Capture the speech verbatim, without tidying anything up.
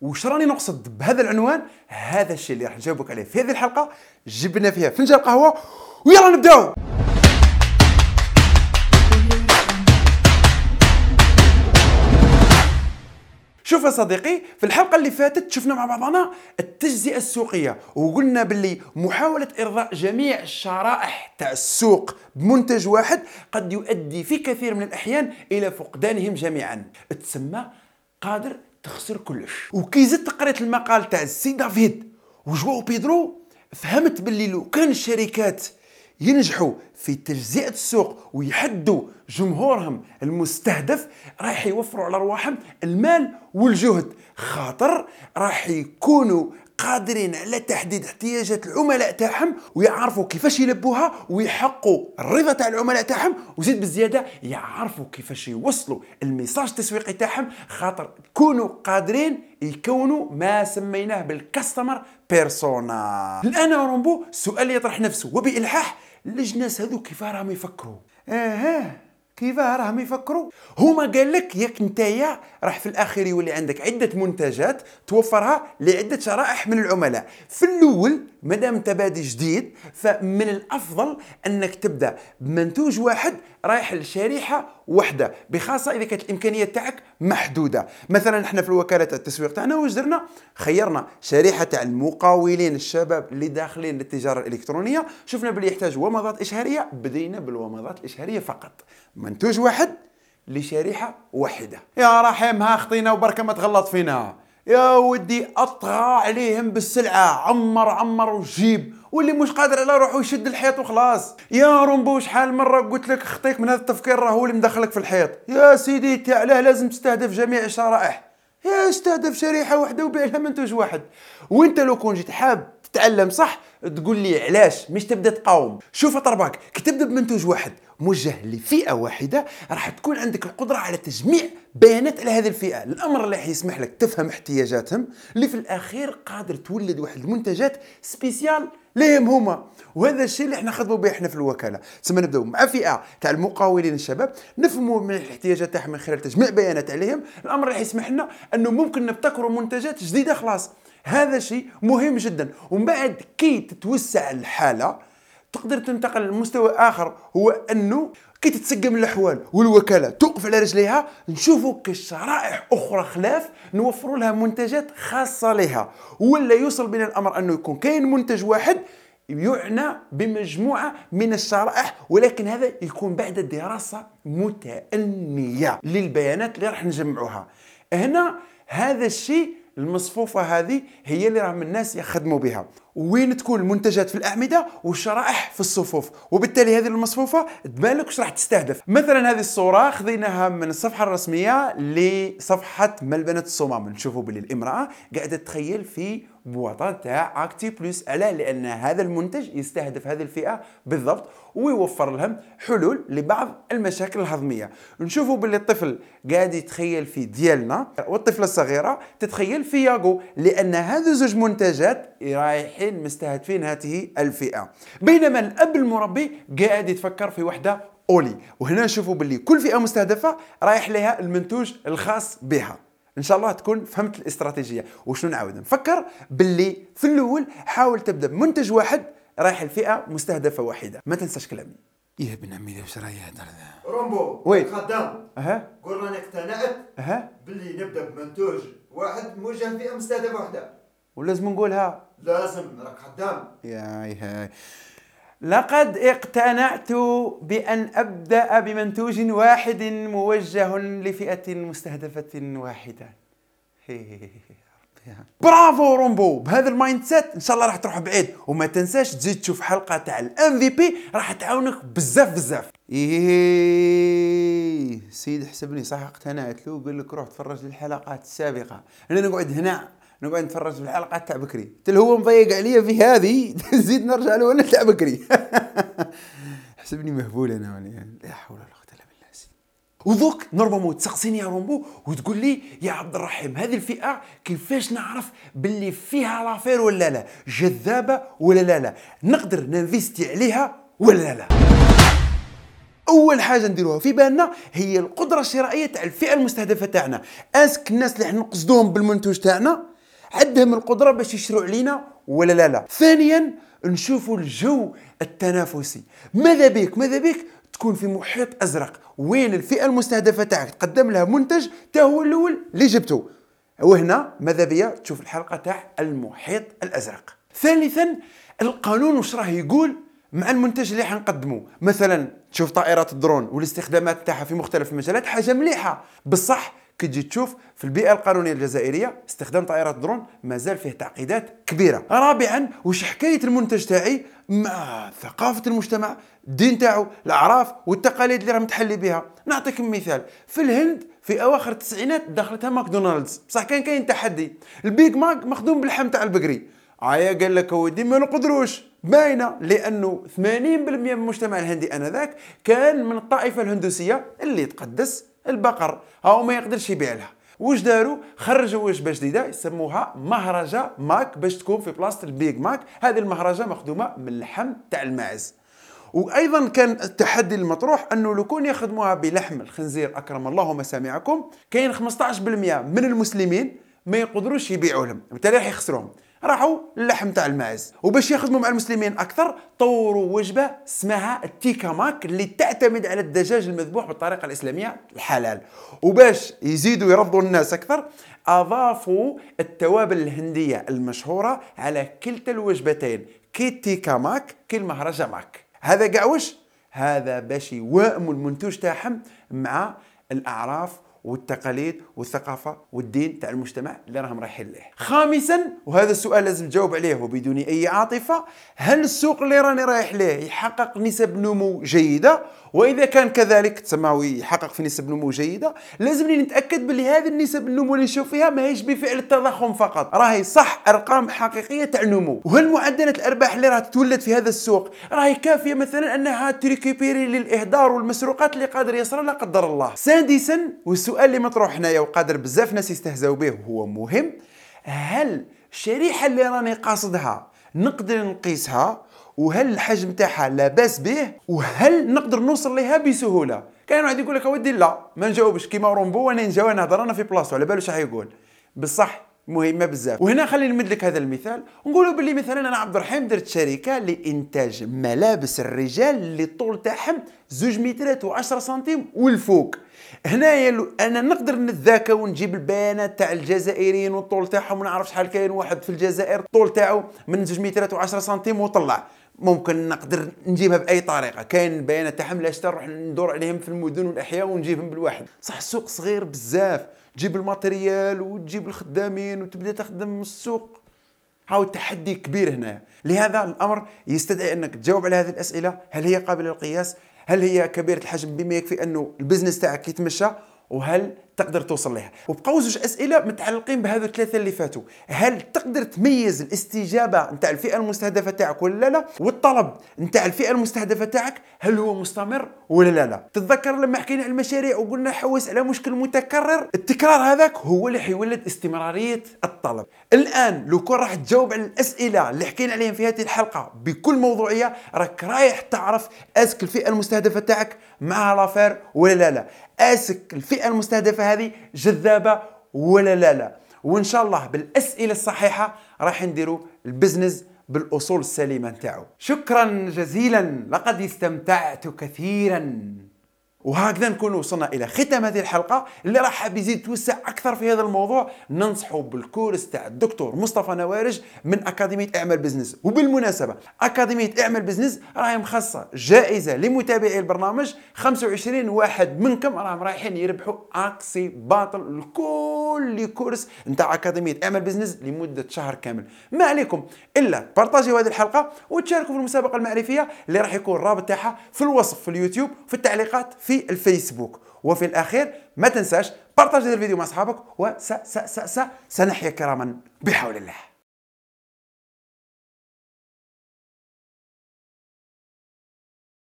وش راني نقصد بهذا العنوان؟ هذا الشيء اللي راح نجاوبك عليه في هذه الحلقه. جبنا فيها فنجان قهوه ويلا نبداو. شوف يا صديقي، في الحلقة اللي فاتت شفنا مع بعضنا التجزئة السوقية، وقلنا باللي محاولة إرضاء جميع الشرائح تاع السوق بمنتج واحد قد يؤدي في كثير من الأحيان إلى فقدانهم جميعا. تسمى قادر تخسر كلش. وكي زدت قريت المقال تاع السي دافيد وجواو بيدرو، فهمت باللي لو كان الشركات ينجحوا في تجزئة السوق ويحدوا جمهورهم المستهدف، راح يوفروا على رواحهم المال والجهد، خاطر راح يكونوا قادرين على تحديد احتياجات العملاء تاعهم ويعرفوا كيفاش يلبوها ويحققوا الرضا تاع العملاء تاعهم، وزيد بالزياده يعرفوا كيفاش يوصلوا الميساج التسويقي تاعهم، خاطر يكونوا قادرين يكونوا ما سميناه بالكاستمر بيرسونا. الان يا رومبو السؤال اللي يطرح نفسه وبالحاح، الجناس هذو كيف راهم يفكروا؟ اها كيف راهم يفكروا؟ هما قال لك ياك نتايا راح في الاخير يولي عندك عده منتجات توفرها لعده شرائح من العملاء. في الاول مادام انت بادي جديد، فمن الافضل انك تبدا بمنتوج واحد رايح لشريحه واحده، بخاصه اذا كانت الامكانيات تاعك محدوده. مثلا احنا في الوكاله تاع التسويق تاعنا واش درنا؟ خيرنا شريحه تاع المقاولين الشباب اللي داخلين للتجاره الالكترونيه، شفنا باللي يحتاج ومضات اشهاريه، بدينا بالومضات الاشهاريه فقط، منتوج واحد لشريحه واحده. يا رحيم ها خطينا وبركه ما تغلط فينا يا ودي، اطغى عليهم بالسلعه، عمر عمر وجيب، واللي مش قادر على روحه يشد الحيط وخلاص. يا رومبو شحال مره قلت لك خطيك من هذا التفكير، راه هو اللي مدخلك في الحيط. يا سيدي تعالى لازم تستهدف جميع الشرائح، يا استهدف شريحه واحده وبيع لها منتوج واحد. وانت لو كون جيت حاب تتعلم صح تقول لي علاش مش تبدا تقاوم. شوف طرباك، كي تبدا بمنتوج واحد موجه لفئه واحده، راح تكون عندك القدره على تجميع بيانات على هذه الفئه، الامر اللي حيسمح لك تفهم احتياجاتهم، اللي في الاخير قادر تولد واحد المنتجات سبيسيال ليهم هما. وهذا الشيء اللي احنا خدموا به احنا في الوكاله. تسمى نبداو مع فئه تاع المقاولين الشباب، نفهموا من الاحتياجات تاعهم من خلال تجميع بيانات عليهم، الامر اللي حيسمح لنا انه ممكن نبتكروا منتجات جديده خلاص. هذا شيء مهم جدا. ومن بعد كي تتوسع الحاله تقدر تنتقل لمستوى اخر، هو انه كي تتسقم الاحوال والوكاله توقف على رجليها، نشوفوا كشرائح اخرى خلاف نوفروا لها منتجات خاصه لها، ولا يوصل بنا الامر انه يكون كاين منتج واحد يعنى بمجموعه من الشرائح، ولكن هذا يكون بعد دراسه متأنية للبيانات اللي راح نجمعوها. هنا هذا الشيء المصفوفة هذه هي اللي راهم الناس يخدموا بها، وين تكون المنتجات في الأعمدة والشرائح في الصفوف، وبالتالي هذه المصفوفة تبان لك واش راح تستهدف. مثلا هذه الصورة خذيناها من الصفحة الرسمية لصفحة ملبنة الصمام، نشوفوا باللي الامرأة قاعدة تخيل في بواطة تاع اكتي بلس، ألا لأن هذا المنتج يستهدف هذه الفئة بالضبط ويوفر لهم حلول لبعض المشاكل الهضمية. نشوفوا باللي الطفل قاعد يتخيل في ديالنا، والطفلة الصغيرة تتخيل في ياغو، لأن هذو زوج منتجات رايحين مستهدفين هذه الفئة. بينما الأب المربي قاعد يتفكر في وحدة أولي. وهنا نشوفوا باللي كل فئة مستهدفة رايح لها المنتوج الخاص بها. ان شاء الله تكون فهمت الاستراتيجيه. وشنو نعاود نفكر باللي في الاول حاول تبدا بمنتج واحد رايح الفئه مستهدفه واحده. ما تنساش كلامي. يا ابن عمي واش راهي هذا رومبو وي خدام. اها قول راني اقتنعت اها باللي نبدا بمنتوج واحد موجه فئه مستهدفه واحده، ولازم نقولها لازم راك خدام. يا هاي لقد اقتنعت بأن أبدأ بمنتوج واحد موجه لفئة مستهدفة واحدة. برافو رومبو، بهذا المايند سيت ان شاء الله راح تروح بعيد. وما تنساش تزيد تشوف حلقة تاع الام في بي راح تعاونك بزاف بزاف. ايه سيد حسبني صح اقتنعت له، قال لك روح تفرج للحلقات السابقة. انا نقعد هنا نقعد نتفرج في الحلقات تاع بكري، قلت له هو مضيق عليا في هذه نزيد نرجع له انا تاع بكري. حسبني مهبول انا ولا لا حول ولا قوه الا بالله. وذوك نورمالمو تسقسيني يا رومبو وتقول لي يا عبد الرحيم هذه الفئه كيفاش نعرف باللي فيها لافير ولا لا، جذابه ولا لا لا، نقدر ننفيستي عليها ولا لا لا. اول حاجه نديروها في بالنا هي القدره الشرائيه تاع الفئه المستهدفه تاعنا. اسك الناس اللي حنا نقصدوهم بالمنتوج تاعنا عندهم القدره باش يشروا علينا ولا لا لا. ثانيا نشوفوا الجو التنافسي. ماذا بك ماذا بك تكون في محيط ازرق وين الفئه المستهدفه تاعك تقدم لها منتج تا هو الاول اللي جبته، وهنا ماذا بيا تشوف الحلقه تاع المحيط الازرق. ثالثا القانون واش راه يقول مع المنتج اللي حنقدمه. مثلا تشوف طائرات الدرون والاستخدامات تاعها في مختلف المجالات حاجه مليحه، بصح كي تجي تشوف في البيئه القانونيه الجزائريه استخدام طائرات الدرون مازال فيه تعقيدات كبيره. رابعا واش حكايه المنتج تاعي مع ثقافه المجتمع، الدين تاعو، الاعراف والتقاليد اللي راه متحلي بها. نعطيكم مثال، في الهند في اواخر التسعينات دخلتها ماكدونالدز، بصح كان كاين تحدي، البيج ماك مخدوم باللحم تاع البقري. عيا قال لك ودي ما نقدروش، باينه لانه ثمانين بالمئة من المجتمع الهندي انذاك كان من الطائفه الهندوسيه اللي تقدس البقر، هاو ما يقدرش يبيع لها. واش داروا؟ خرجوا وجبه جديده يسموها مهرجه ماك باش تكون في بلاصه البيج ماك. هذه المهرجه مخدومه من اللحم تاع الماعز. وايضا كان التحدي المطروح انه لو كون يخدموها بلحم الخنزير اكرم الله مسامعكم، كاين خمسطاش بالمئة من المسلمين ما يقدروش يبيعوا لهم، بالتالي راح يخسروهم، راحوا اللحم تاع الماعز. وباش يخدموا مع المسلمين اكثر طوروا وجبه اسمها التيكا ماك اللي تعتمد على الدجاج المذبوح بالطريقه الاسلاميه الحلال. وباش يزيدوا يرضوا الناس اكثر اضافوا التوابل الهنديه المشهوره على كلتا الوجبتين، كي التيكا ماك كي المهرجه ماك. هذا كاع واش؟ هذا باش يوائموا المنتوج تاعهم مع الاعراف والتقاليد والثقافه والدين تاع المجتمع اللي راهم رايحين ليه. خامسا وهذا السؤال لازم تجاوب عليه وبدون اي عاطفه، هل السوق اللي راني رايح ليه يحقق نسب نمو جيده؟ واذا كان كذلك تسمى يحقق في نسب نمو جيده، لازمني نتاكد باللي هذه النسب النمو اللي نشوف فيها ماهيش بفعل التضخم فقط، راهي صح ارقام حقيقيه تاع النمو. وهل معدلات الارباح اللي راح تتولد في هذا السوق راهي كافيه مثلا انها تريكيبيري للاهدار والمسروقات اللي قادر يصير لا قدر الله؟ سادسا والسؤال اللي مطروح هنايا وقادر بزاف ناس يستهزئوا به وهو مهم، هل الشريحه اللي راني قاصدها نقدر نقيسها؟ وهل الحجم تاعها لا باس به؟ وهل نقدر نوصل لها بسهوله؟ كاين واحد يقول لك اودي لا ما نجاوبش كيما رومبو وانا نجاوب نهضر انا في بلاصتو على بالو واش راح يقول، بصح مهمه بزاف. وهنا خليني نمد لك هذا المثال ونقولوا باللي مثلا انا عبد الرحيم درت شركه لانتاج ملابس الرجال اللي الطول تاعهم زوج مترات وعشرة سنتيم والفوق. هنايا انا نقدر نتذاكى ونجيب البيانات تاع الجزائريين والطول تاعهم ونعرف شحال كاين واحد في الجزائر الطول تاعو من زوج مترات وعشرة سنتيم وطلع، ممكن نقدر نجيبها باي طريقه، كاين البيانات تاعهم لاش نروح ندور عليهم في المدن والاحياء ونجيبهم بالواحد. صح السوق صغير بزاف، تجيب الماتريال وتجيب الخدامين وتبدا تخدم السوق، هاو التحدي كبير هنا. لهذا الامر يستدعي انك تجاوب على هذه الاسئله، هل هي قابله للقياس؟ هل هي كبيره الحجم بما يكفي انه البزنس تاعك يتمشى؟ وهل تقدر توصل لها؟ وبقاو زوج اسئله متعلقين بهذو الثلاثه اللي فاتوا، هل تقدر تميز الاستجابه نتاع الفئه المستهدفه تاعك ولا لا؟ والطلب نتاع الفئه المستهدفه تاعك هل هو مستمر ولا لا لا؟ تتذكر لما حكينا على المشاريع وقلنا حوس على مشكل متكرر؟ التكرار هذاك هو اللي حيولد استمراريه الطلب. الان لو كون راح تجاوب على الاسئله اللي حكينا عليهم في هذه الحلقه بكل موضوعيه، راك رايح تعرف اسك الفئه المستهدفه تاعك معها لافير ولا لا لا، اسك الفئه المستهدفه هذه جذابه ولا لا لا. وان شاء الله بالاسئله الصحيحه راح نديروا البزنس بالاصول السليمه نتاعو. شكرا جزيلا، لقد استمتعت كثيرا. وهكذا نكون وصلنا الى ختام هذه الحلقه. اللي راح حاب يزيد يتوسع اكثر في هذا الموضوع ننصحوا بالكورس تاع الدكتور مصطفى نوارج من اكاديميه اعمل بزنس. وبالمناسبه اكاديميه اعمل بزنس راهي مخصصه جائزه لمتابعي البرنامج، خمسة وعشرين واحد منكم راهم رايحين يربحوا اكسي باطل لكل كورس نتاع اكاديميه اعمل بزنس لمده شهر كامل. ما عليكم الا تبارطاجيوا هذه الحلقه وتشاركوا في المسابقه المعرفيه اللي راح يكون الرابط تاعها في الوصف في اليوتيوب في التعليقات في في الفيسبوك. وفي الأخير ما تنساش بارطاج هذا الفيديو مع أصحابك وس س س س سنحيا كراما بحول الله.